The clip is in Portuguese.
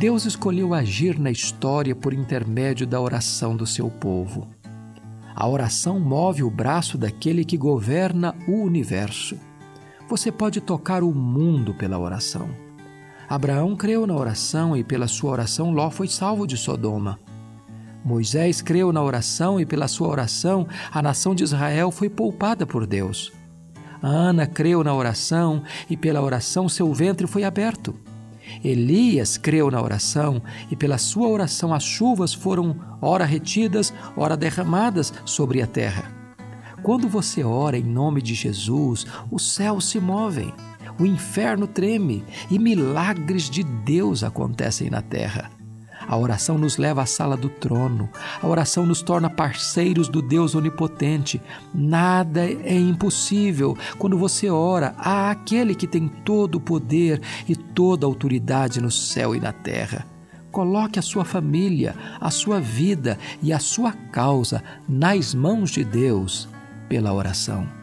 Deus escolheu agir na história por intermédio da oração do seu povo. A oração move o braço daquele que governa o universo. Você pode tocar o mundo pela oração. Abraão creu na oração e pela sua oração Ló foi salvo de Sodoma. Moisés creu na oração e pela sua oração a nação de Israel foi poupada por Deus. Ana creu na oração e pela oração seu ventre foi aberto. Elias creu na oração e pela sua oração as chuvas foram ora retidas, ora derramadas sobre a terra. Quando você ora em nome de Jesus, os céus se movem, o inferno treme e milagres de Deus acontecem na terra. A oração nos leva à sala do trono. A oração nos torna parceiros do Deus onipotente. Nada é impossível. Quando você ora, há aquele que tem todo o poder e toda a autoridade no céu e na terra. Coloque a sua família, a sua vida e a sua causa nas mãos de Deus pela oração.